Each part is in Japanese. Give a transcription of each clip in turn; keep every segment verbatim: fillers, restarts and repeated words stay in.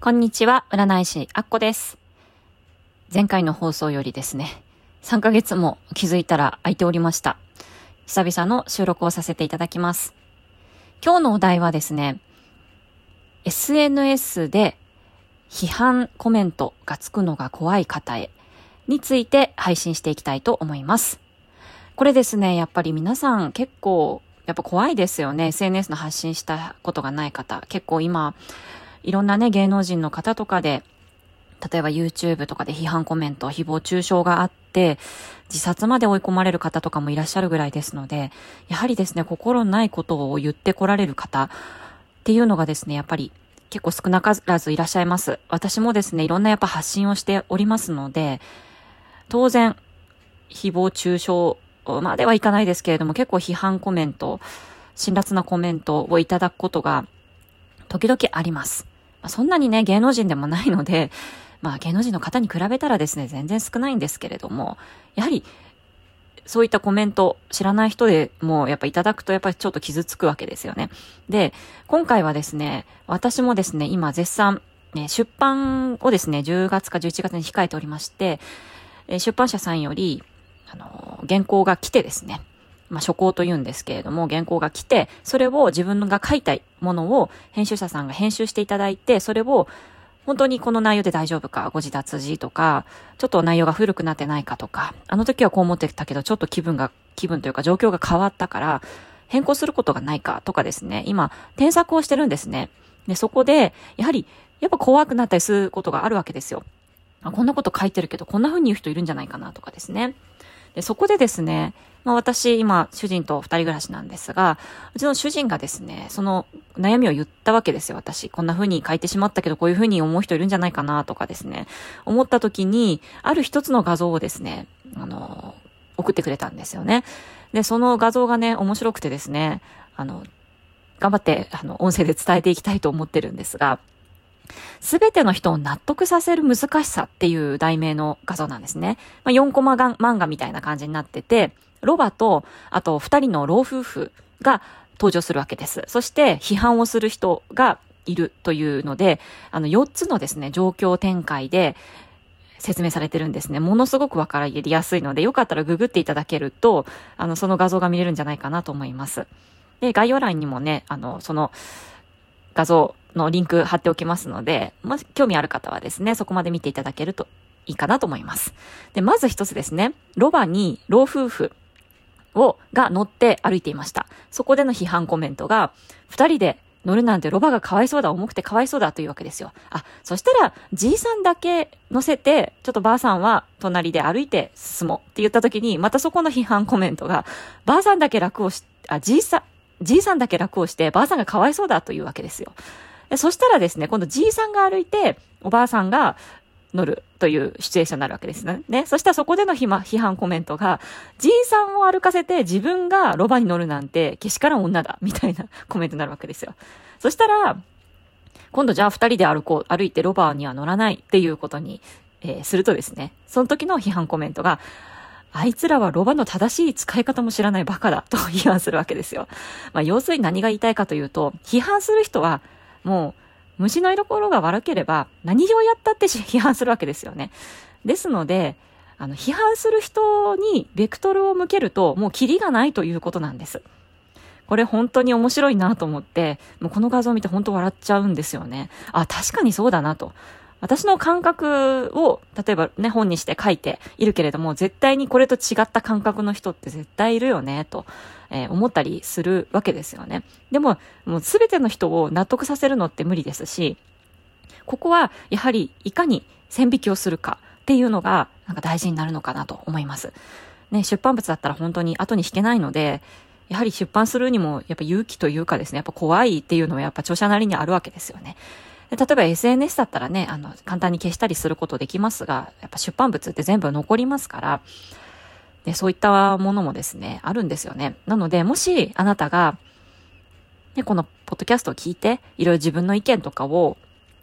こんにちは、占い師あっこです。前回の放送よりですね、さんかげつも気づいたら空いておりました。久々の収録をさせていただきます。今日のお題はですね、エスエヌエス で批判コメントがつくのが怖い方へについて配信していきたいと思います。これですね、やっぱり皆さん結構やっぱ怖いですよね。エスエヌエス の発信したことがない方、結構今いろんなね芸能人の方とかで、例えば YouTube とかで批判コメント、誹謗中傷があって自殺まで追い込まれる方とかもいらっしゃるぐらいですので、やはりですね、心ないことを言ってこられる方っていうのがですね、やっぱり結構少なからずいらっしゃいます。私もですね、いろんなやっぱ発信をしておりますので、当然誹謗中傷まではいかないですけれども、結構批判コメント、辛辣なコメントをいただくことが時々あります。そんなにね芸能人でもないので、まあ芸能人の方に比べたらですね全然少ないんですけれども、やはりそういったコメント知らない人でもやっぱいただくとやっぱりちょっと傷つくわけですよね。で、今回はですね、私もですね今絶賛、ね、出版をですねじゅうがつかじゅういちがつに控えておりまして、出版社さんよりあの原稿が来てですね、まあ、初稿と言うんですけれども、原稿が来て、それを自分が書いたものを編集者さんが編集していただいて、それを本当にこの内容で大丈夫か、誤字脱字とか、ちょっと内容が古くなってないかとか、あの時はこう思ってたけど、ちょっと気分が、気分というか状況が変わったから、変更することがないかとかですね、今、添削をしてるんですね。で、そこで、やはり、やっぱ怖くなったりすることがあるわけですよ。あ、こんなこと書いてるけど、こんな風に言う人いるんじゃないかなとかですね。で、そこでですね、まあ私今主人と二人暮らしなんですが、うちの主人がですね、その悩みを言ったわけですよ。私こんな風に書いてしまったけど、こういう風に思う人いるんじゃないかなとかですね、思った時にある一つの画像をですね、あの送ってくれたんですよね。で、その画像がね面白くてですね、あの頑張ってあの音声で伝えていきたいと思ってるんですが、すべての人を納得させる難しさっていう題名の画像なんですね。まあ、よんコマ漫画みたいな感じになってて、ロバと、あと二人の老夫婦が登場するわけです。そして批判をする人がいるというので、あのよっつのですね、状況展開で説明されてるんですね。ものすごくわかりやすいので、よかったらググっていただけると、あの、その画像が見れるんじゃないかなと思います。で、概要欄にもね、あの、その画像のリンク貼っておきますので、もし興味ある方はですね、そこまで見ていただけるといいかなと思います。で、まず一つですね、ロバに老夫婦を、が乗って歩いていました。そこでの批判コメントが、二人で乗るなんてロバがかわいそうだ、重くてかわいそうだというわけですよ。あ、そしたら、じいさんだけ乗せて、ちょっとばあさんは隣で歩いて進もうって言った時に、またそこの批判コメントが、ばあさんだけ楽をし、あ、じいさん、じいさんだけ楽をして、ばあさんがかわいそうだというわけですよ。そしたらですね、今度じいさんが歩いて、おばあさんが乗るというシチュエーションになるわけですね。ね、そしたらそこでの批判コメントが、じいさんを歩かせて自分がロバに乗るなんてけしからん女だ、みたいなコメントになるわけですよ。そしたら、今度じゃあ二人で歩こう、歩いてロバには乗らないっていうことに、えー、するとですね、その時の批判コメントが、あいつらはロバの正しい使い方も知らないバカだと批判するわけですよ。まあ、要するに何が言いたいかというと、批判する人はもう虫の居所が悪ければ何をやったって批判するわけですよね。ですので、あの批判する人にベクトルを向けるともうキリがないということなんです。これ本当に面白いなと思って、もうこの画像を見て本当笑っちゃうんですよね。あ、確かにそうだなと。私の感覚を例えばね本にして書いているけれども、絶対にこれと違った感覚の人って絶対いるよねと、えー、思ったりするわけですよね。でももう全ての人を納得させるのって無理ですし、ここはやはりいかに線引きをするかっていうのがなんか大事になるのかなと思います。ね、出版物だったら本当に後に引けないので、やはり出版するにもやっぱ勇気というかですね、やっぱ怖いっていうのはやっぱ著者なりにあるわけですよね。例えば エスエヌエス だったらね、あの、簡単に消したりすることできますが、やっぱ出版物って全部残りますから、で、そういったものもですね、あるんですよね。なので、もしあなたが、ね、このポッドキャストを聞いて、いろいろ自分の意見とかを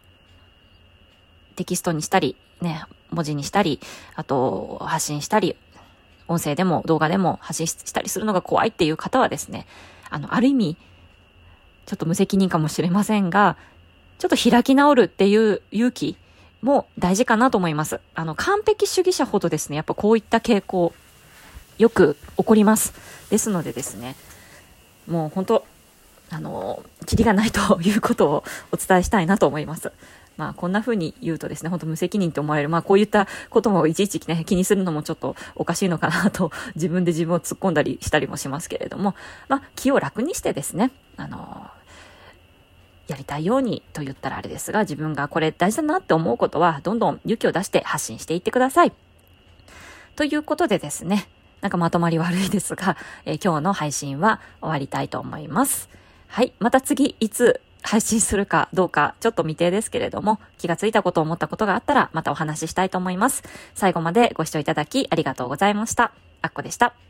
テキストにしたり、ね、文字にしたり、あと発信したり、音声でも動画でも発信したりするのが怖いっていう方はですね、あの、ある意味、ちょっと無責任かもしれませんが、 ちょっと開き直るっていう勇気も大事かなと思います。あの、完璧主義者ほどですね、やっぱこういった傾向、よく起こります。ですのでですね、もう本当、あの、キリがないということをお伝えしたいなと思います。まあ、こんな風に言うとですね、本当無責任と思われる。まあ、こういったこともいちいち、ね、気にするのもちょっとおかしいのかなと、自分で自分を突っ込んだりしたりもしますけれども、まあ、気を楽にしてですね、あの、やりたいようにと言ったらあれですが、自分がこれ大事だなって思うことは、どんどん勇気を出して発信していってください。ということでですね、なんかまとまり悪いですが、えー、今日の配信は終わりたいと思います。はい。また次、いつ配信するかどうか、ちょっと未定ですけれども、気がついたことを思ったことがあったら、またお話ししたいと思います。最後までご視聴いただきありがとうございました。あっこでした。